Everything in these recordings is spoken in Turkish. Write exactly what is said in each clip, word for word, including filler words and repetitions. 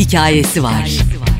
hikayesi var.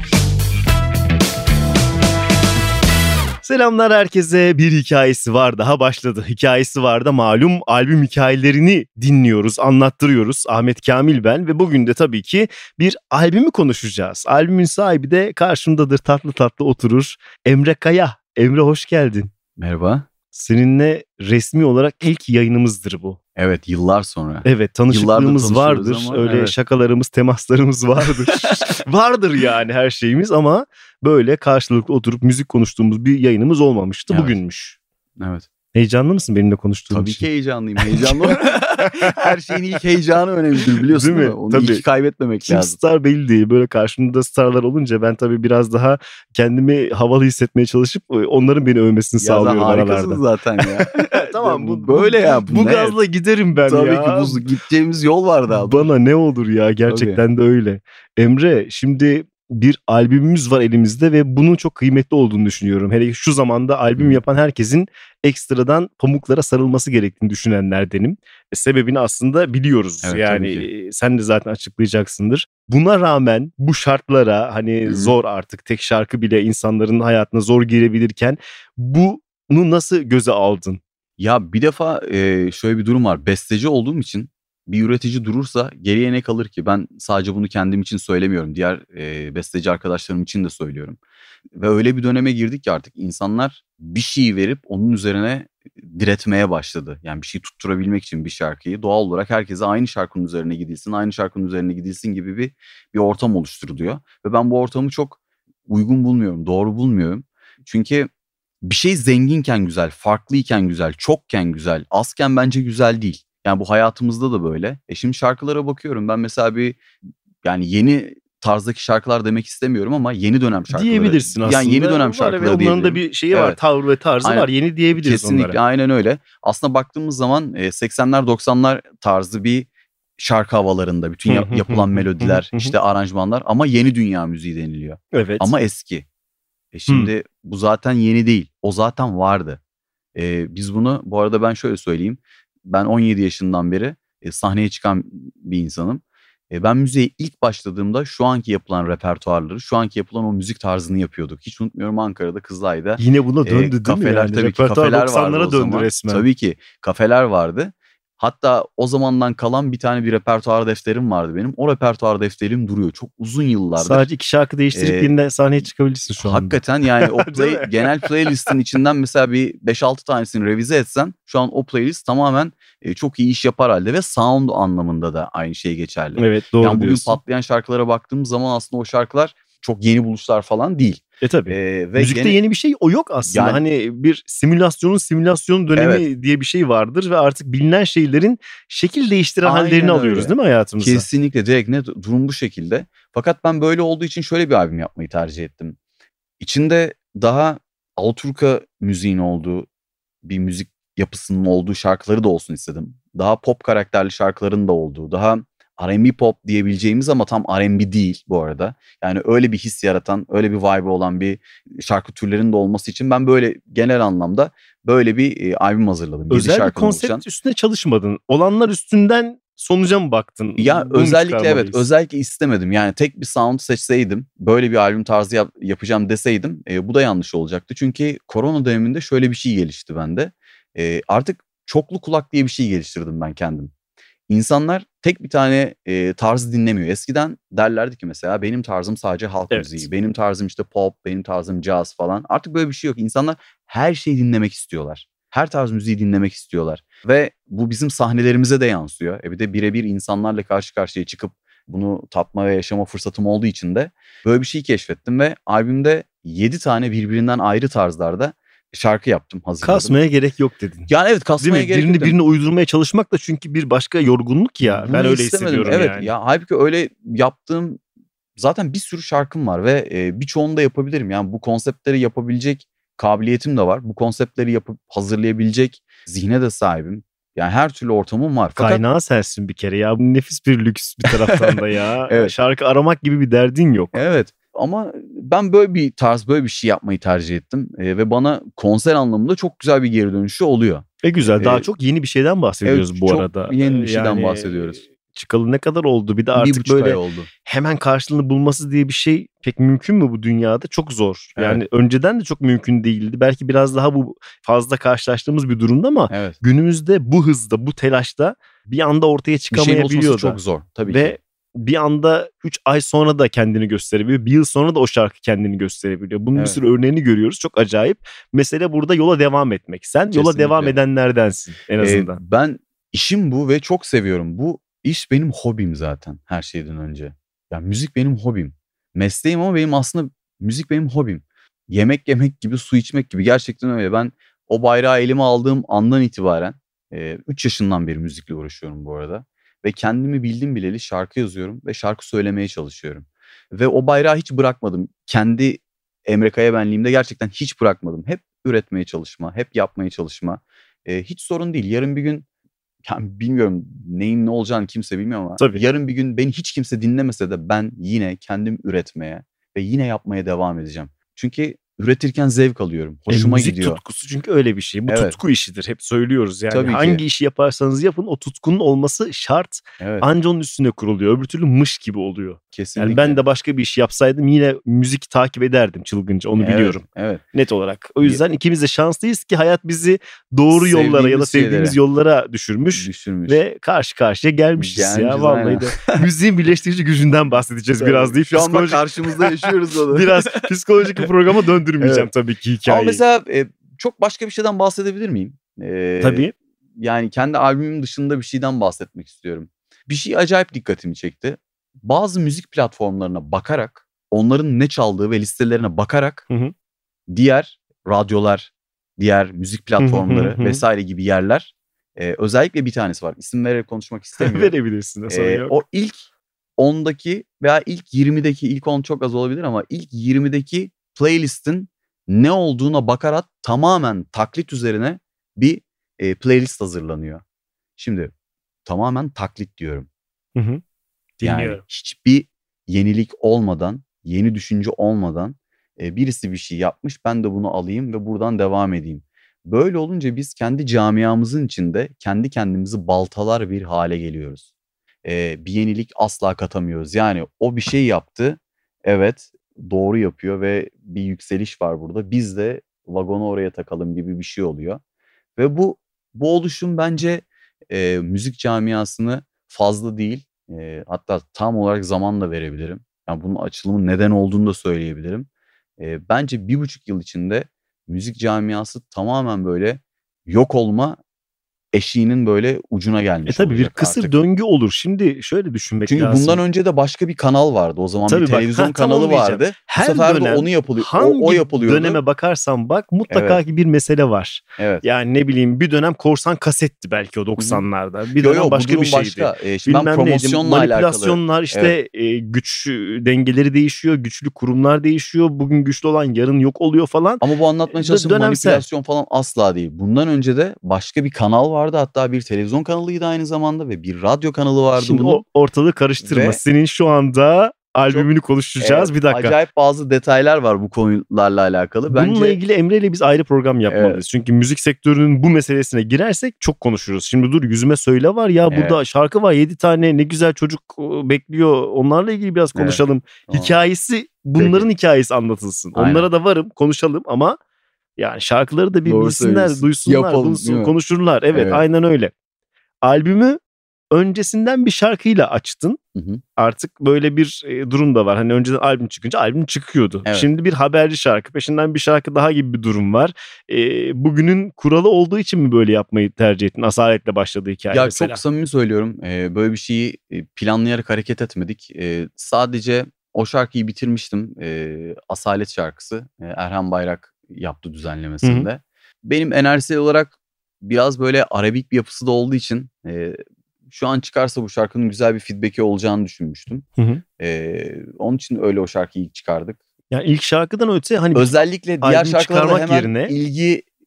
Selamlar herkese. Bir hikayesi var daha başladı. Hikayesi var da malum albüm hikayelerini dinliyoruz, anlattırıyoruz. Ahmet Kamil ben ve bugün de tabii ki bir albümü konuşacağız. Albümün sahibi de karşımdadır, tatlı tatlı oturur. Emre Kaya. Emre hoş geldin. Merhaba. Seninle resmi olarak ilk yayınımızdır bu. Evet, yıllar sonra. Evet, tanışıklığımız vardır. Öyle evet. Şakalarımız, temaslarımız vardır. Vardır yani her şeyimiz ama böyle karşılıklı oturup müzik konuştuğumuz bir yayınımız olmamıştı. Evet. Bugünmüş. Evet. Heyecanlı mısın benimle konuştuğun Tabii için? ki heyecanlıyım. Heyecanlı. Her şeyin ilk heyecanı önemlidir biliyorsun değil mi? Değil mi? Onu tabii. ilk kaybetmemek Kim lazım. star belli değil. Böyle karşımda starlar olunca ben tabii biraz daha kendimi havalı hissetmeye çalışıp onların beni övmesini ya sağlıyorum aralarda. Harikasın zaten ya. Tamam bu, bu böyle ya. Bu, bu ne? gazla giderim ben tabii ya. Tabii ki bu gideceğimiz yol var daha. Bana ne olur ya gerçekten tabii. de öyle. Emre şimdi bir albümümüz var elimizde ve bunun çok kıymetli olduğunu düşünüyorum. Hele şu zamanda albüm hmm. yapan herkesin ekstradan pamuklara sarılması gerektiğini düşünenlerdenim. E, sebebini aslında biliyoruz. Evet, yani sen de zaten açıklayacaksındır. Buna rağmen bu şartlara hani hmm. zor artık tek şarkı bile insanların hayatına zor girebilirken bunu nasıl göze aldın? Ya bir defa e, şöyle bir durum var. Besteci olduğum için bir üretici durursa geriye ne kalır ki? Ben sadece bunu kendim için söylemiyorum. Diğer e, besteci arkadaşlarım için de söylüyorum. Ve öyle bir döneme girdik ki artık insanlar bir şey verip onun üzerine diretmeye başladı. Yani bir şey tutturabilmek için bir şarkıyı doğal olarak herkese aynı şarkının üzerine gidilsin, aynı şarkının üzerine gidilsin gibi bir bir ortam oluşturuluyor. Ve ben bu ortamı çok uygun bulmuyorum, doğru bulmuyorum. Çünkü bir şey zenginken güzel, farklıyken güzel, çokken güzel, azken bence güzel değil. Yani bu hayatımızda da böyle. E şimdi şarkılara bakıyorum. Ben mesela bir yani yeni tarzdaki şarkılar demek istemiyorum ama yeni dönem şarkıları. Diyebilirsin aslında. Yani yeni dönem şarkıları diyebilirim. Onların da bir şeyi evet. var, tavır ve tarzı aynen. var. Yeni diyebiliriz Kesinlikle, onlara. aynen öyle. Aslında baktığımız zaman seksenler doksanlar tarzı bir şarkı havalarında bütün yap- yapılan melodiler, işte aranjmanlar ama yeni dünya müziği deniliyor. Evet. Ama eski. E şimdi hmm. bu zaten yeni değil. O zaten vardı. E, biz bunu bu arada ben şöyle söyleyeyim. Ben on yedi yaşından beri e, sahneye çıkan bir insanım. E, ben müziğe ilk başladığımda şu anki yapılan repertuarları, şu anki yapılan o müzik tarzını yapıyorduk. Hiç unutmuyorum Ankara'da Kızılay'da. Yine buna döndü e, değil kafeler, mi? Yani tabii ki kafeler vardı o zaman. Döndü resmen. Tabii ki kafeler vardı. Hatta o zamandan kalan bir tane bir repertuar defterim vardı benim. O repertuar defterim duruyor. Çok uzun yıllardır. Sadece iki şarkı değiştirip ee, yeniden sahneye çıkabilirsin şu anda. Hakikaten yani o play, genel playlistin içinden mesela bir beş altı tanesini revize etsen şu an o playlist tamamen e, çok iyi iş yapar halde ve sound anlamında da aynı şey geçerli. Evet doğru yani bugün diyorsun. Patlayan şarkılara baktığımız zaman aslında o şarkılar çok yeni buluşlar falan değil. E tabii. Ee, Müzikte gene... yeni bir şey o yok aslında. Yani... Hani bir simülasyonun simülasyon dönemi evet. diye bir şey vardır ve artık bilinen şeylerin şekil değiştiren aynen hallerini öyle. Alıyoruz değil mi hayatımızda? Kesinlikle direkt ne durum bu şekilde. Fakat ben böyle olduğu için şöyle bir albüm yapmayı tercih ettim. İçinde daha Alaturka müziğin olduğu bir müzik yapısının olduğu şarkıları da olsun istedim. Daha pop karakterli şarkıların da olduğu, daha R and B pop diyebileceğimiz ama tam R and B değil bu arada. Yani öyle bir his yaratan, öyle bir vibe olan bir şarkı türlerinin de olması için ben böyle genel anlamda böyle bir e, albüm hazırladım. Özel bir konsept oluşan. Üstüne çalışmadın. Olanlar üstünden sonuca mı baktın? Ya bunu özellikle evet özellikle istemedim. Yani tek bir sound seçseydim, böyle bir albüm tarzı yap, yapacağım deseydim e, bu da yanlış olacaktı. Çünkü korona döneminde şöyle bir şey gelişti bende. E, artık çoklu kulak diye bir şey geliştirdim ben kendim. İnsanlar tek bir tane e, tarzı dinlemiyor. Eskiden derlerdi ki mesela benim tarzım sadece halk evet. müziği. Benim tarzım işte pop, benim tarzım caz falan. Artık böyle bir şey yok. İnsanlar her şeyi dinlemek istiyorlar. Her tarz müziği dinlemek istiyorlar. Ve bu bizim sahnelerimize de yansıyor. E bir de birebir insanlarla karşı karşıya çıkıp bunu tatma ve yaşama fırsatım olduğu için de böyle bir şey keşfettim. Ve albümde yedi tane birbirinden ayrı tarzlarda şarkı yaptım, hazırladım. Kasmaya gerek yok dedin. Yani evet kasmaya gerek birini yok. Birini birine uydurmaya çalışmak da çünkü bir başka yorgunluk ya. Bunu ben öyle istemedim. Hissediyorum evet, yani. Ya halbuki öyle yaptığım zaten bir sürü şarkım var ve e, birçoğunu da yapabilirim. Yani bu konseptleri yapabilecek kabiliyetim de var. Bu konseptleri yapıp hazırlayabilecek zihne de sahibim. Yani her türlü ortamım var. Fakat... Kaynağı sensin bir kere ya. Bu nefis bir lüks bir taraftan da ya. Evet. Şarkı aramak gibi bir derdin yok. Evet. Ama ben böyle bir tarz, böyle bir şey yapmayı tercih ettim. Ee, ve bana konser anlamında çok güzel bir geri dönüşü oluyor. E güzel. Daha ee, çok yeni bir şeyden bahsediyoruz evet, bu çok arada. Yeni bir şeyden yani, bahsediyoruz. çıkalı ne kadar oldu? Bir de Bir artık buçuk ay böyle oldu. hemen karşılığını bulması diye bir şey pek mümkün mü bu dünyada? Çok zor. Yani Evet. önceden de çok mümkün değildi. Belki biraz daha bu fazla karşılaştığımız bir durumda ama Evet. günümüzde bu hızda, bu telaşta bir anda ortaya Bir şeyin çıkamayabiliyor olması da. çok zor tabii Ve ki. bir anda üç ay sonra da kendini gösterebiliyor. Bir yıl sonra da o şarkı kendini gösterebiliyor. Bunun Evet. bir sürü örneğini görüyoruz. Çok acayip. Mesele burada yola devam etmek. Sen yola Kesinlikle. devam edenlerdensin en Ee, azından. ben işim bu ve çok seviyorum. Bu iş benim hobim zaten her şeyden önce. Yani müzik benim hobim. Mesleğim ama benim aslında müzik benim hobim. Yemek yemek gibi, su içmek gibi, gerçekten öyle. Ben o bayrağı elime aldığım andan itibaren üç yaşından beri müzikle uğraşıyorum bu arada. Ve kendimi bildim bileli şarkı yazıyorum ve şarkı söylemeye çalışıyorum. Ve o bayrağı hiç bırakmadım. Kendi Emre Kaya benliğimde gerçekten hiç bırakmadım. Hep üretmeye çalışma, hep yapmaya çalışma. Ee, hiç sorun değil. Yarın bir gün, yani bilmiyorum neyin ne olacağını kimse bilmiyor ama Tabii. yarın bir gün beni hiç kimse dinlemese de ben yine kendim üretmeye ve yine yapmaya devam edeceğim. Çünkü üretirken zevk alıyorum. Hoşuma e, müzik gidiyor. tutkusu çünkü öyle bir şey. Bu Evet. tutku işidir. Hep söylüyoruz yani. Tabii Hangi ki. işi yaparsanız yapın o tutkunun olması şart. Evet. Anca onun üstüne kuruluyor. Öbür türlü mış gibi oluyor. Kesinlikle. Yani ben de başka bir iş yapsaydım yine müzik takip ederdim çılgınca. Onu Evet, biliyorum. Evet. Net olarak. O yüzden ikimiz de şanslıyız ki hayat bizi doğru yollara ya da Sevdiğimiz sevdiğimiz şeylere yollara düşürmüş. Düşürmüş. Ve karşı karşıya gelmişiz, ya. Gelmişiz, Vallahi aynen. de. Müziğin birleştirici gücünden bahsedeceğiz biraz deyip Şu an bak psikolojik, karşımızda yaşıyoruz onu. biraz psikolojik bir programa döndürmeyeceğim Evet. tabii ki hikayeyi. Ama mesela e, çok başka bir şeyden bahsedebilir miyim? Ee, Tabii. Yani kendi albümüm dışında bir şeyden bahsetmek istiyorum. Bir şey acayip dikkatimi çekti. Bazı müzik platformlarına bakarak, onların ne çaldığı ve listelerine bakarak Hı hı. diğer radyolar, diğer müzik platformları hı hı. vesaire gibi yerler, e, özellikle bir tanesi var. İsim vererek konuşmak istemiyorum. Verebilirsin. Ee, Sorun yok. o ilk ondaki veya ilk yirmideki, ilk on çok az olabilir ama ilk yirmideki playlistin ne olduğuna bakarak tamamen taklit üzerine bir e, playlist hazırlanıyor. Şimdi tamamen taklit diyorum. Hı hı. Yani Dinliyorum. hiçbir yenilik olmadan, yeni düşünce olmadan e, birisi bir şey yapmış, ben de bunu alayım ve buradan devam edeyim. Böyle olunca biz kendi camiamızın içinde kendi kendimizi baltalar bir hale geliyoruz. E, bir yenilik asla katamıyoruz. Yani o bir şey yaptı, evet doğru yapıyor ve bir yükseliş var burada. Biz de vagonu oraya takalım gibi bir şey oluyor. Ve bu bu oluşum bence e, müzik camiasını fazla değil, e, hatta tam olarak zaman da verebilirim. Yani bunun açılımın neden olduğunu da söyleyebilirim. E, bence bir buçuk yıl içinde müzik camiası tamamen böyle yok olma eşiğinin böyle ucuna E gelmiş tabii bir olacak kısır artık. döngü olur. Şimdi şöyle düşünmek Çünkü lazım. bundan önce de başka bir kanal vardı. O zaman Tabii bir bak, televizyon ha, tam kanalı onu diyeceğim. vardı. Bu Her sefer de dönem onu yapılıyor. O, hangi o yapılıyordu. döneme bakarsan bak mutlaka Evet. ki bir mesele var. Evet. Yani ne bileyim bir dönem korsan kasetti belki o Hı hı. doksanlarda. Bir Yo dönem yo bu başka durum bir şeydi. başka. Ee, şimdi ben Bilmem neydi. promosyonla alakalı. Manipülasyonlar işte Evet. e, güç e, dengeleri değişiyor. Güçlü kurumlar değişiyor. Bugün güçlü olan yarın yok oluyor falan. Ama bu anlatmaya Dö- çalıştığım dönemsel. manipülasyon falan asla değil. Bundan önce de başka bir kanal vardı. Hatta bir televizyon kanalıydı aynı zamanda ve bir radyo kanalı vardı Şimdi bunun. o ortalığı karıştırma. Ve Senin şu anda albümünü konuşacağız. evet, Bir dakika. acayip bazı detaylar var bu konularla alakalı. Bununla Bence ilgili Emre ile biz ayrı program yapmalıyız. evet, Çünkü müzik sektörünün bu meselesine girersek çok konuşuruz. Şimdi dur yüzüme söyle var ya burada evet, şarkı var yedi tane ne güzel çocuk e, bekliyor. Onlarla ilgili biraz evet. konuşalım. Tamam. Hikayesi bunların Peki. hikayesi anlatılsın. Aynen. Onlara da varım konuşalım ama yani şarkıları da bir Doğru bilsinler, söylüyorsun. duysunlar, Yapalım, bulsun, değil mi? konuşurlar. Evet, Evet. aynen öyle. Albümü öncesinden bir şarkıyla açtın. Hı hı. Artık böyle bir e, durum da var. Hani önceden albüm çıkınca albüm çıkıyordu. Evet. Şimdi bir haberci şarkı, peşinden bir şarkı daha gibi bir durum var. E, bugünün kuralı olduğu için mi böyle yapmayı tercih ettin? Asaletle başladı hikaye Ya mesela. çok samimi söylüyorum. Ee, böyle bir şeyi e, planlayarak hareket etmedik. Ee, sadece o şarkıyı bitirmiştim. Ee, Asalet şarkısı. Ee, Erhan Bayrak yaptı düzenlemesinde. Hı hı. Benim enerjisel olarak biraz böyle arabik bir yapısı da olduğu için e, şu an çıkarsa bu şarkının güzel bir feedback'i olacağını düşünmüştüm. Hı hı. Ee, onun için öyle o şarkıyı ilk çıkardık. Yani ilk şarkıdan öte hani Özellikle diğer albüm şarkılara da çıkarmak hemen yerine ilgi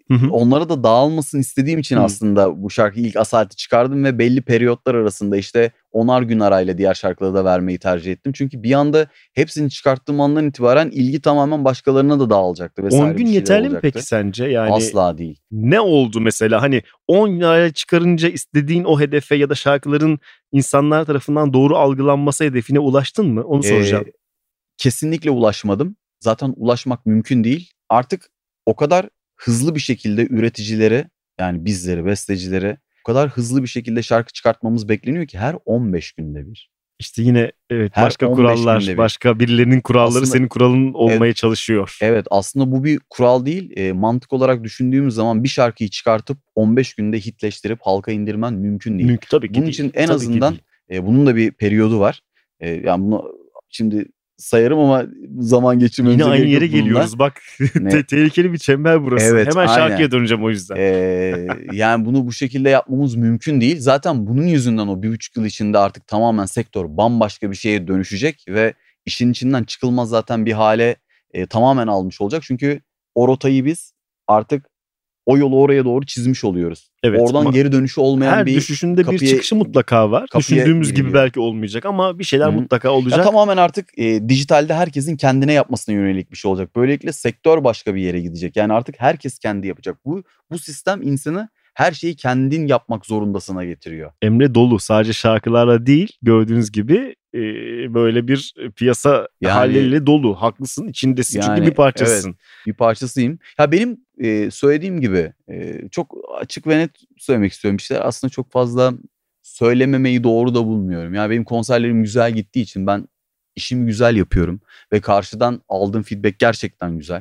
Hı hı. onlara da dağılmasın istediğim için Hı. aslında bu şarkıyı ilk Asalet'i çıkardım ve belli periyotlar arasında işte onar gün arayla diğer şarkıları da vermeyi tercih ettim. Çünkü bir anda hepsini çıkarttığım andan itibaren ilgi tamamen başkalarına da dağılacaktı on vesaire gün bir şeyler yeterli mi olacaktı. peki sence? Yani Asla değil. ne oldu mesela? Hani on gün arayla çıkarınca istediğin o hedefe ya da şarkıların insanlar tarafından doğru algılanması hedefine ulaştın mı? Onu soracağım. Ee, kesinlikle ulaşmadım. Zaten ulaşmak mümkün değil. Artık o kadar hızlı bir şekilde üreticilere, yani bizlere, bestecilere o kadar hızlı bir şekilde şarkı çıkartmamız bekleniyor ki her on beş günde bir. İşte yine evet, Her başka on beş kurallar, günde bir. başka birilerinin kuralları Aslında senin kuralın olmaya evet, çalışıyor. evet aslında bu bir kural değil. E, mantık olarak düşündüğümüz zaman bir şarkıyı çıkartıp on beş günde hitleştirip halka indirmen mümkün değil. Mümkün tabii ki Bunun değil. için en Tabii ki azından değil. e, bunun da bir periyodu var. E, yani bunu şimdi sayarım ama zaman Yine geçirmemize aynı gerek yere yok bununla. geliyoruz. Bak Ne? te- tehlikeli bir çember burası. Evet, Hemen aynen. şarkıya döneceğim o yüzden. Ee, yani bunu bu şekilde yapmamız mümkün değil. Zaten bunun yüzünden o bir buçuk yıl içinde artık tamamen sektör bambaşka bir şeye dönüşecek ve işin içinden çıkılmaz zaten bir hale e, tamamen almış olacak. Çünkü o rotayı biz artık o yolu oraya doğru çizmiş oluyoruz. Evet, Oradan ama geri dönüşü olmayan her bir düşüşünde bir kapıya, çıkışı mutlaka var. kapıya Düşündüğümüz gibi giriliyor. belki olmayacak ama bir şeyler Hı hı. mutlaka Ya olacak. tamamen artık e, dijitalde herkesin kendine yapmasına yönelik bir şey olacak. Böylelikle sektör başka bir yere gidecek. Yani artık herkes kendi yapacak. Bu bu sistem insanı her şeyi kendin yapmak zorundasına getiriyor. Emre dolu, sadece şarkılarla değil, gördüğünüz gibi e, böyle bir piyasa Yani halleriyle dolu. Haklısın, içindesin çünkü yani bir evet, parçasısın. bir parçasıyım. Ya benim e, söylediğim gibi e, çok açık ve net söylemek istiyorum. İşte aslında çok fazla söylememeyi doğru da bulmuyorum. Yani benim konserlerim güzel gittiği için ben işimi güzel yapıyorum ve karşıdan aldığım feedback gerçekten güzel.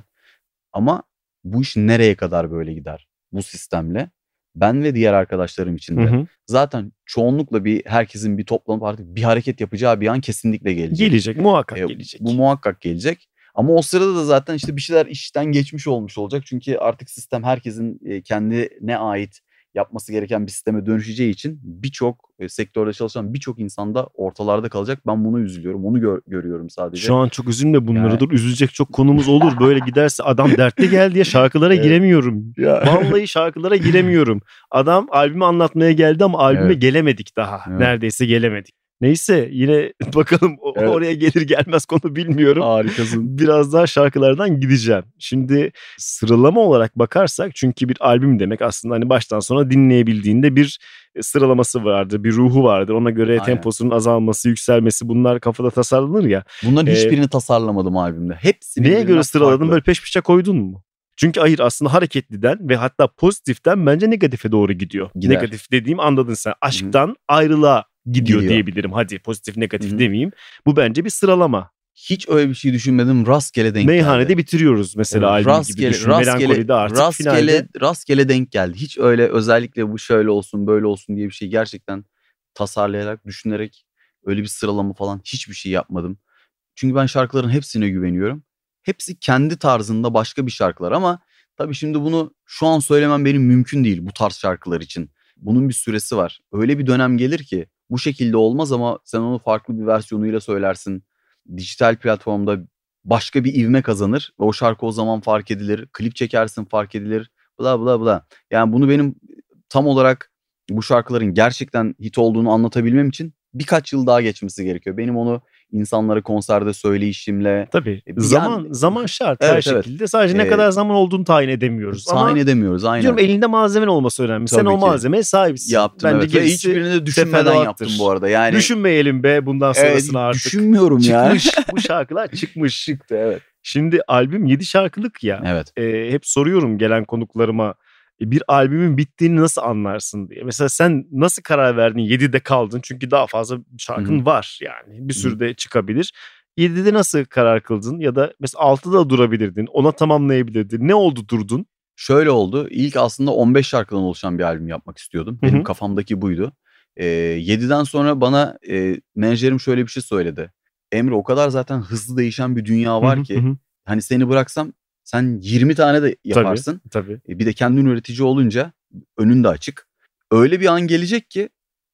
Ama bu iş nereye kadar böyle gider bu sistemle? Ben ve diğer arkadaşlarım için Hı de. hı. Zaten çoğunlukla bir herkesin bir toplanıp artık bir hareket yapacağı bir an kesinlikle gelecek. Gelecek, muhakkak E, gelecek. bu muhakkak gelecek. Ama o sırada da zaten işte bir şeyler işten geçmiş olmuş olacak. Çünkü artık sistem herkesin e, kendine ait yapması gereken bir sisteme dönüşeceği için birçok e, sektörde çalışan birçok insan da ortalarda kalacak. Ben bunu üzülüyorum. Onu gör- görüyorum sadece. Şu an çok üzülme bunları, Yani dur. Üzülecek çok konumuz olur. Böyle giderse adam dertli gel diye şarkılara evet. giremiyorum. Ya. Vallahi şarkılara giremiyorum. Adam albümü anlatmaya geldi ama albüme Evet. gelemedik daha. Evet. Neredeyse gelemedik. Neyse, yine bakalım o- Evet. oraya gelir gelmez konu bilmiyorum. Harikasın. Biraz daha şarkılardan gideceğim. Şimdi sıralama olarak bakarsak, çünkü bir albüm demek aslında hani baştan sona dinleyebildiğinde bir sıralaması vardır, bir ruhu vardır. Ona göre Aynen. temposunun azalması, yükselmesi, bunlar kafada tasarlanır ya. Bunların Ee, hiçbirini tasarlamadım albümde. Hepsi Neye birbirinden göre sıraladın? farklı. Böyle peş peşe koydun mu? Çünkü hayır, aslında hareketliden ve hatta pozitiften bence negatife doğru gidiyor. Gider. Negatif dediğim, anladın sen. Aşktan ayrılığa gidiyor, Gidiyor. diyebilirim. Hadi pozitif negatif Hı hı. demeyeyim. Bu bence bir sıralama. Hiç öyle bir şey düşünmedim. Rastgele denk Meyhanede geldi. bitiriyoruz mesela Evet, albüm gibi rastgele, düşün. rastgele, Melankolide artık rastgele, finalde. rastgele denk geldi. Hiç öyle özellikle bu şöyle olsun böyle olsun diye bir şey gerçekten tasarlayarak, düşünerek öyle bir sıralama falan hiçbir şey yapmadım. Çünkü ben şarkıların hepsine güveniyorum. Hepsi kendi tarzında başka bir şarkılar ama tabii şimdi bunu şu an söylemem benim mümkün değil bu tarz şarkılar için. Bunun bir süresi var. Öyle bir dönem gelir ki bu şekilde olmaz ama sen onu farklı bir versiyonuyla söylersin. Dijital platformda başka bir ivme kazanır ve o şarkı o zaman fark edilir. Klip çekersin, fark edilir. Bla bla bla. Yani bunu benim tam olarak bu şarkıların gerçekten hit olduğunu anlatabilmem için birkaç yıl daha geçmesi gerekiyor. Benim onu insanlara konserde söyleyişimle Tabii. e, bir Zaman yani zaman şart her evet evet şekilde. Sadece ne e, kadar zaman olduğunu tayin edemiyoruz. tayin Ama edemiyoruz diyorum, aynen. elinde malzemen olması önemli. Sen Tabii o ki. malzemeye sahipsin. Yaptım Bence evet ve gerisi hiçbirini de düşünmeden teferruattır. yaptım bu arada. Yani Düşünmeyelim be bundan evet sonrasını hiç artık. düşünmüyorum ya. Çıkmış bu şarkılar, çıkmış. Çıktı evet. Şimdi albüm yedi şarkılık ya. Evet. E, hep soruyorum gelen konuklarıma, e, bir albümün bittiğini nasıl anlarsın diye. Mesela sen nasıl karar verdin yedide kaldın? Çünkü daha fazla şarkın Hı-hı. var yani. Bir Hı-hı. sürü de çıkabilir. yedide nasıl karar kıldın? Ya da mesela altıda durabilirdin. Ona tamamlayabilirdin. Ne oldu durdun? Şöyle oldu. İlk aslında on beş şarkıdan oluşan bir albüm yapmak istiyordum. Benim Hı-hı. kafamdaki buydu. E, yediden sonra bana e, menajerim şöyle bir şey söyledi. Emre, o kadar zaten hızlı değişen bir dünya var Hı-hı. ki Hı-hı. hani seni bıraksam sen yirmi tane de yaparsın. Tabii, tabii. E, bir de kendin üretici olunca önün de açık. Öyle bir an gelecek ki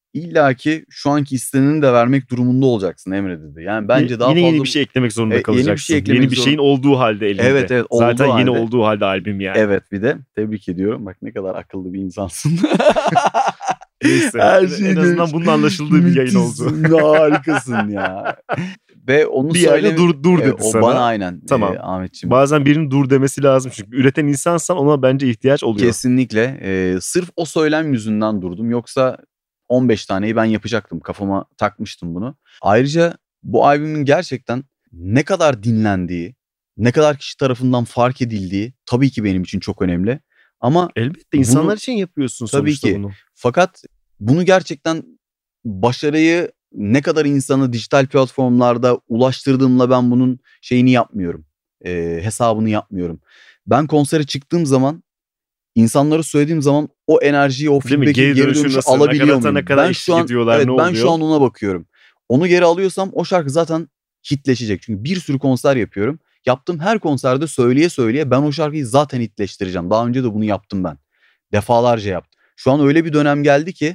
İlla ki şu anki isteneni de vermek durumunda olacaksın Emre dedi. Yani bence Y- daha yine fazla yeni bir şey eklemek zorunda e, kalacaksın. yeni bir şey eklemek Yeni bir zorunda. şeyin olduğu halde elinde. Evet evet Zaten olduğu yeni halde. olduğu halde albüm yani. Evet bir de tebrik ediyorum. Bak ne kadar akıllı bir insansın. Neyse. Her en- şeyi en azından bunun anlaşıldığı bir yayın oldu. müthişsin, harikasın ya. Ve onu Bir yerde söyleme... dur dur E, dedi o sana. bana aynen Tamam. e, Ahmetciğim. Bazen birinin dur demesi lazım çünkü üreten insansan ona bence ihtiyaç oluyor. Kesinlikle. E, sırf o söylem yüzünden durdum. Yoksa on beş taneyi ben yapacaktım. Kafama takmıştım bunu. Ayrıca bu albümün gerçekten ne kadar dinlendiği, ne kadar kişi tarafından fark edildiği tabii ki benim için çok önemli. Ama elbette insanlar bunu, için yapıyorsun tabii sonuçta ki. bunu. Fakat bunu gerçekten başarıyı ne kadar insana dijital platformlarda ulaştırdığımla ben bunun şeyini yapmıyorum. E, hesabını yapmıyorum. Ben konsere çıktığım zaman, insanlara söylediğim zaman o enerjiyi, o feedback'i, geri, geri dönüşü nasıl? alabiliyor Nakarat'a muyum? ne kadar Ben şu an ediyorlar, evet ne ben oluyor? şu an ona bakıyorum. Onu geri alıyorsam o şarkı zaten hitleşecek. Çünkü bir sürü konser yapıyorum. Yaptığım her konserde söyleye söyleye ben o şarkıyı zaten hitleştireceğim. Daha önce de bunu yaptım ben. Defalarca yaptım. Şu an öyle bir dönem geldi ki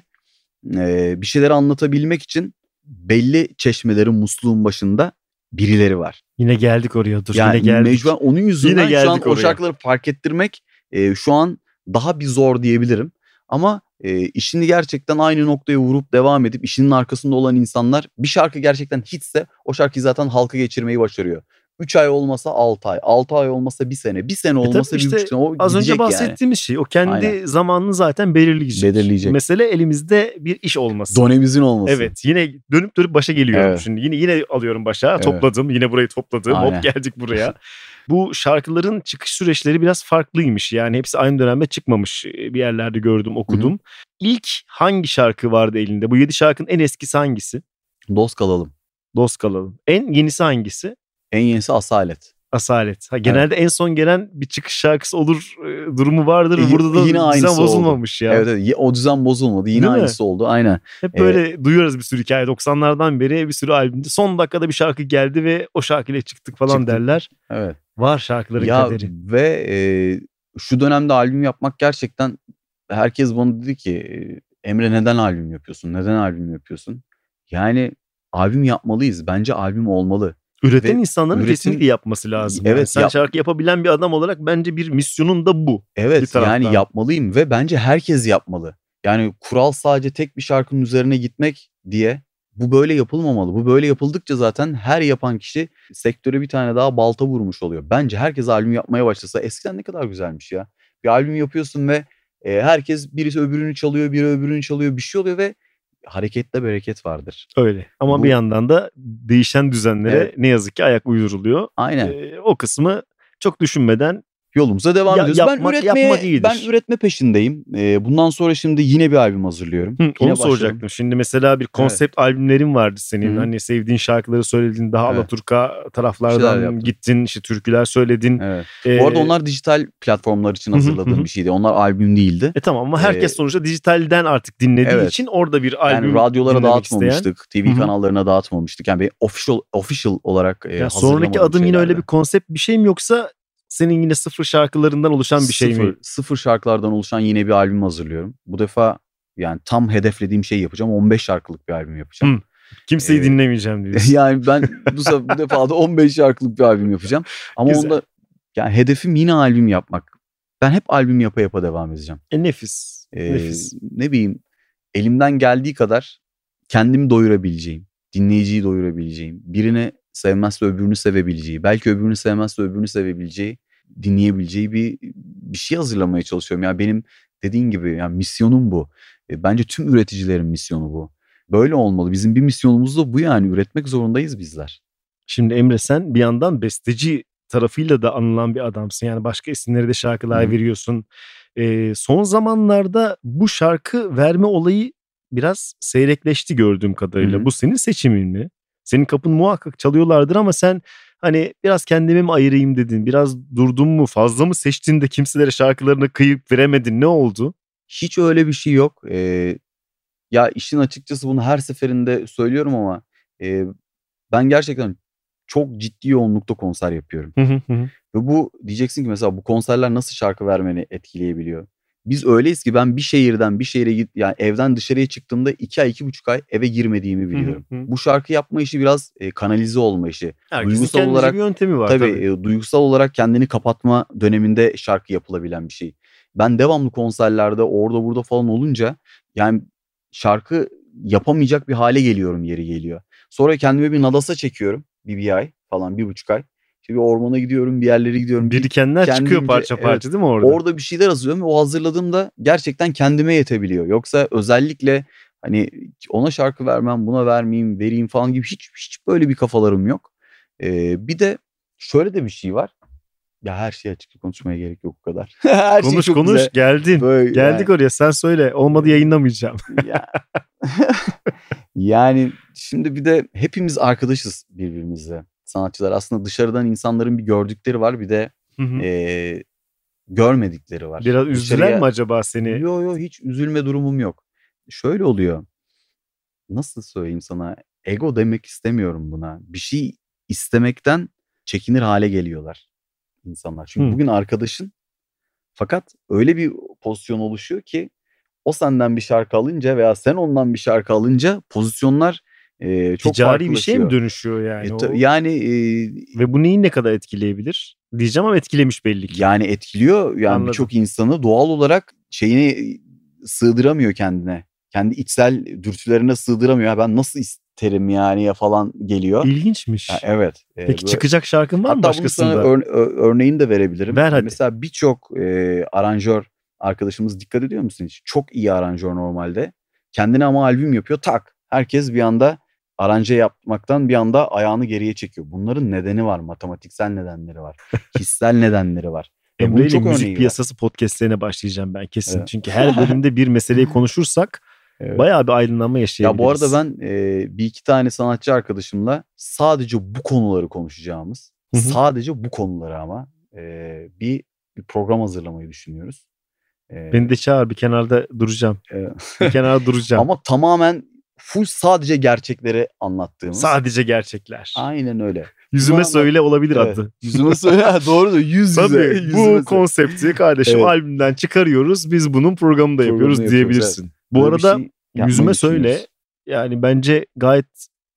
e, bir şeyleri anlatabilmek için belli çeşmelerin, musluğun başında birileri var. Yine geldik oraya dur. Yani yine geldik. mecburen onun yüzünden Yine şu an geldik o oraya. şarkıları fark ettirmek e, şu an daha bir zor diyebilirim. Ama e, işini gerçekten aynı noktaya vurup devam edip işinin arkasında olan insanlar, bir şarkı gerçekten hitse o şarkıyı zaten halka geçirmeyi başarıyor. üç ay olmasa altı ay, altı ay olmasa bir sene, bir sene E olmasa tabii bir işte buçuk sene. O az önce gidecek yani. bahsettiğimiz şey. O kendi Aynen. zamanını zaten belirleyecek. Belirleyecek. Mesele elimizde bir iş olması. Donemizin olması. Evet, yine dönüp dönüp başa geliyorum. Evet. Şimdi yine yine alıyorum başa. Evet. Topladım. Yine burayı topladım. Aynen. Hop geldik buraya. Bu şarkıların çıkış süreçleri biraz farklıymış. Yani hepsi aynı dönemde çıkmamış. Bir yerlerde gördüm, okudum. Hı hı. İlk hangi şarkı vardı elinde? Bu yedi şarkının en eskisi hangisi? Dost kalalım. Dost kalalım. En yenisi hangisi? En yenisi Asalet. Asalet. Ha, genelde en son gelen bir çıkış şarkısı olur e, durumu vardır. E, Burada da yine düzen aynısı bozulmamış oldu. ya. Evet, evet o düzen bozulmadı. Yine Değil mi? aynısı oldu. Aynen. Hep böyle duyuyoruz bir sürü hikaye. doksanlardan beri bir sürü albümde son dakikada bir şarkı geldi ve o şarkıyla çıktık falan Çıktık. derler. Evet. Var şarkıların Ya kaderi. ve e, şu dönemde albüm yapmak gerçekten, herkes bana dedi ki Emre neden albüm yapıyorsun? Neden albüm yapıyorsun? Yani albüm yapmalıyız. Bence albüm olmalı. Üreten Ve insanların üretim- kesinlikle yapması lazım. Evet, Yani sen yap- şarkı yapabilen bir adam olarak bence bir misyonun da bu. Bir Evet taraftan. yani yapmalıyım ve bence herkes yapmalı. Yani kural sadece tek bir şarkının üzerine gitmek diye, bu böyle yapılmamalı. Bu böyle yapıldıkça zaten her yapan kişi sektöre bir tane daha balta vurmuş oluyor. Bence herkes albüm yapmaya başlasa, eskiden ne kadar güzelmiş ya. Bir albüm yapıyorsun ve e, herkes, birisi öbürünü çalıyor, biri öbürünü çalıyor, bir şey oluyor ve harekette bereket vardır. Öyle. Ama Bu- bir yandan da değişen düzenlere Evet. ne yazık ki ayak uyduruluyor. Aynen. Ee, o kısmı çok düşünmeden Yolumuza devam Ya- ediyoruz. yapmak- ben üretmeye, yapmak iyidir. ben üretme peşindeyim. Ee, bundan sonra şimdi yine bir albüm hazırlıyorum. Hı, Yine onu başladım. soracaktım. Şimdi mesela bir konsept albümlerin vardı senin. Hı hı. Hani sevdiğin şarkıları söyledin. Daha Evet. Alaturka Bir şeyler taraflardan yaptım. gittin. İşte türküler söyledin. Evet. Ee, Bu arada onlar dijital platformlar için Hı hı, hazırladığım hı hı. bir şeydi. Onlar albüm değildi. E tamam ama herkes Ee, sonuçta dijitalden artık dinlediği evet. için orada bir albüm Yani radyolara dinlemek isteyen. dağıtmamıştık. T V Hı hı. kanallarına dağıtmamıştık. Yani bir official official olarak e, Yani sonraki hazırlamadığım adım yine öyle şeylerdi. bir konsept bir şey mi yoksa senin yine sıfır şarkılarından oluşan bir şey sıfır, mi? Sıfır şarkılardan oluşan yine bir albüm hazırlıyorum. Bu defa yani tam hedeflediğim şeyi yapacağım. on beş şarkılık bir albüm yapacağım. Hı. Kimseyi Ee, dinlemeyeceğim diyorsun. Yani ben bu, sefer, bu defa da on beş şarkılık bir albüm yapacağım. Ama Güzel. onda yani hedefim yine albüm yapmak. Ben hep albüm yapa yapa devam edeceğim. E, nefis. Ee, Nefis. Ne bileyim, elimden geldiği kadar kendimi doyurabileceğim, dinleyiciyi doyurabileceğim, birini sevmezse öbürünü sevebileceği, belki öbürünü sevmezse öbürünü sevebileceği, dinleyebileceği bir bir şey hazırlamaya çalışıyorum. Yani benim dediğin gibi yani misyonum bu. E, bence tüm üreticilerin misyonu bu. Böyle olmalı. Bizim bir misyonumuz da bu yani. Üretmek zorundayız bizler. Şimdi Emre sen bir yandan besteci tarafıyla da anılan bir adamsın. Yani başka isimlere de şarkılar Hı. veriyorsun. Ee, son zamanlarda bu şarkı verme olayı biraz seyrekleşti gördüğüm kadarıyla. Hı hı. Bu senin seçimin mi? Senin kapın muhakkak çalıyorlardır ama sen hani biraz kendimi mi ayırayım dedin. Biraz durdun mu? Fazla mı seçtin de kimselere şarkılarını kıyıp veremedin? Ne oldu? Hiç öyle bir şey yok. Ee, ya işin açıkçası bunu her seferinde söylüyorum ama e, ben gerçekten çok ciddi yoğunlukta konser yapıyorum. Hı hı hı. Ve bu diyeceksin ki mesela bu konserler nasıl şarkı vermeni etkileyebiliyor? Biz öyleyiz ki ben bir şehirden bir şehire git yani evden dışarıya çıktığımda iki ay iki buçuk ay eve girmediğimi biliyorum. Hı hı hı. Bu şarkı yapma işi biraz e, kanalize olma işi. Herkesin Duygusal kendince olarak bir yöntemi var tabii, tabii. e, duygusal olarak kendini kapatma döneminde şarkı yapılabilen bir şey. Ben devamlı konserlerde orada burada falan olunca yani şarkı yapamayacak bir hale geliyorum yeri geliyor. Sonra kendime bir nadasa çekiyorum bir, bir ay falan bir buçuk ay. İşte bir ormana gidiyorum bir yerlere gidiyorum. Bir Birikenler çıkıyor kendimce parça evet parça değil mi orada? orada bir şeyler hazırlıyorum ve o hazırladığımda gerçekten kendime yetebiliyor. Yoksa özellikle hani ona şarkı vermem buna vermeyeyim vereyim falan gibi hiç hiç böyle bir kafalarım yok. Ee, bir de şöyle de bir şey var. Ya her şeyi açık konuşmaya gerek yok o kadar. Her şey Konuş çok konuş güzel. geldin. Böyle Geldik yani oraya sen söyle. Olmadı yayınlamayacağım. ya yani şimdi bir de hepimiz arkadaşız birbirimizle. Sanatçılar aslında dışarıdan insanların bir gördükleri var bir de Hı hı. e, görmedikleri var. Biraz üzdüler Dışarıya mi acaba seni? yo yo hiç üzülme durumum yok. Şöyle oluyor. Nasıl söyleyeyim sana? Ego demek istemiyorum buna. Bir şey istemekten çekinir hale geliyorlar insanlar. Çünkü Hı. bugün arkadaşın fakat öyle bir pozisyon oluşuyor ki o senden bir şarkı alınca veya sen ondan bir şarkı alınca pozisyonlar e, çok Ticari bir şey mi farklılaşıyor. dönüşüyor yani E, o? ta- yani e, Ve bu neyi ne kadar etkileyebilir? Diyeceğim ama etkilemiş belli ki. yani etkiliyor. Yani Anladım. birçok insanı doğal olarak şeyini sığdıramıyor kendine. Kendi içsel dürtülerine sığdıramıyor. Ya ben nasıl isterim yani ya falan geliyor. İlginçmiş. Ya evet. e, Peki böyle- çıkacak şarkın var mı Hatta bunun sana başkasında? ör- ö- örneğini de verebilirim. Ver hadi. Mesela birçok e, aranjör arkadaşımız dikkat ediyor musun hiç? Çok iyi aranjör normalde. Kendine ama albüm yapıyor tak. Herkes bir anda aranje yapmaktan bir anda ayağını geriye çekiyor. Bunların nedeni var. Matematiksel nedenleri var. Hissel nedenleri var. Ve bunun Emre ile çok müzik örneği var. piyasası podcastlerine başlayacağım ben kesin. Evet. Çünkü her bölümde bir meseleyi konuşursak Evet. bayağı bir aydınlanma Ya yaşayabiliriz. bu arada ben e, bir iki tane sanatçı arkadaşımla sadece bu konuları konuşacağımız, Hı hı. sadece bu konuları ama e, bir, bir program hazırlamayı düşünüyoruz. E, Beni de çağır bir kenarda duracağım. e, Bir kenarda duracağım. ama tamamen full sadece gerçekleri anlattığımız. Sadece gerçekler. Aynen öyle. Yüzüme Bunu söyle olabilir Evet. adı. Yüzüme söyle. Ha, doğru da yüz yüze. Tabii yüz bu yüze. konsepti kardeşim Evet. albümden çıkarıyoruz. Biz bunun programını da Programını yapıyoruz yapıyoruz, diyebilirsin. Bu Böyle bir arada şey yapmayı yüzüme söyle düşünüyoruz. yani bence gayet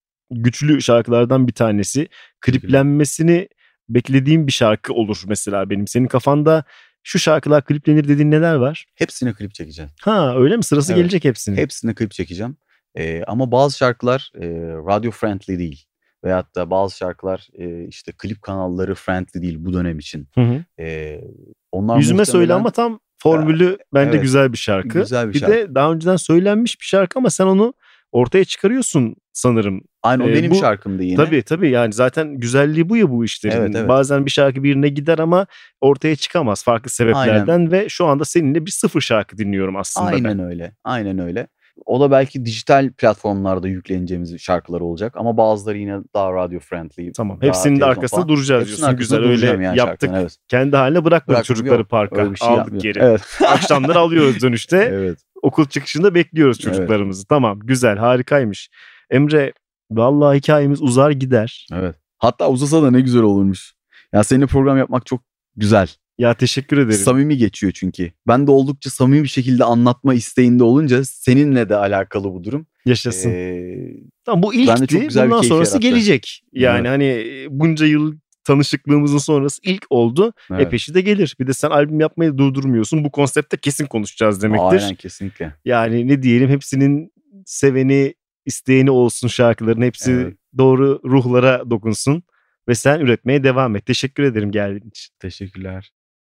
güçlü şarkılardan bir tanesi. Kliplenmesini beklediğim bir şarkı olur mesela benim. Senin kafanda şu şarkılar kliplenir dediğin neler var? Hepsine klip çekeceğim. Ha öyle mi? Sırası Evet. gelecek hepsinin. Hepsine klip çekeceğim. Ee, ama bazı şarkılar e, radio friendly değil. Veyahut da bazı şarkılar e, işte klip kanalları friendly değil bu dönem için. Hı hı. Ee, onlar Yüzüme söyle muhtemelen ama tam formülü bence evet, güzel bir şarkı. güzel bir bir şarkı. de daha önceden söylenmiş bir şarkı ama sen onu ortaya çıkarıyorsun sanırım. Aynı o Ee, benim bu- şarkımdı yine. Tabii tabii yani zaten güzelliği bu ya bu işlerin. Evet, evet. Bazen bir şarkı birine gider ama ortaya çıkamaz farklı sebeplerden ve şu anda seninle bir sıfır şarkı dinliyorum aslında Aynen ben. öyle. Aynen öyle. O da belki dijital platformlarda yükleneceğimiz şarkılar olacak ama bazıları yine daha radio friendly. Tamam. daha Hepsinin de televizyon arkasında falan. duracağız Hepsinin diyorsun. arkasında Güzel öyle duracağım yani yaptık. şarkıların, evet. Kendi haline bırakmadık Bırakmam, çocukları yok. parka. Öyle bir şey Aldık yapmıyorum. geri. Evet. Akşamları alıyoruz dönüşte. Evet. Okul çıkışında bekliyoruz çocuklarımızı. Tamam güzel harikaymış. Emre vallahi hikayemiz uzar gider. Evet. Hatta uzasa da ne güzel olurmuş. Ya seninle program yapmak çok güzel. Ya teşekkür ederim. Samimi geçiyor çünkü. Ben de oldukça samimi bir şekilde anlatma isteğinde olunca seninle de alakalı bu durum. Yaşasın. Ee, Tamam bu bende çok ilkti. güzel bir Bundan keyif sonrası yarattı. gelecek. Yani Evet. hani bunca yıl tanışıklığımızın sonrası ilk oldu. Evet. E peşi de gelir. Bir de sen albüm yapmayı durdurmuyorsun. Bu konsepte kesin konuşacağız demektir. Aynen kesinlikle. Yani ne diyelim hepsinin seveni, isteyeni olsun şarkıların. Hepsi Evet. doğru ruhlara dokunsun. Ve sen üretmeye devam et. Teşekkür ederim geldiğin için. Teşekkürler.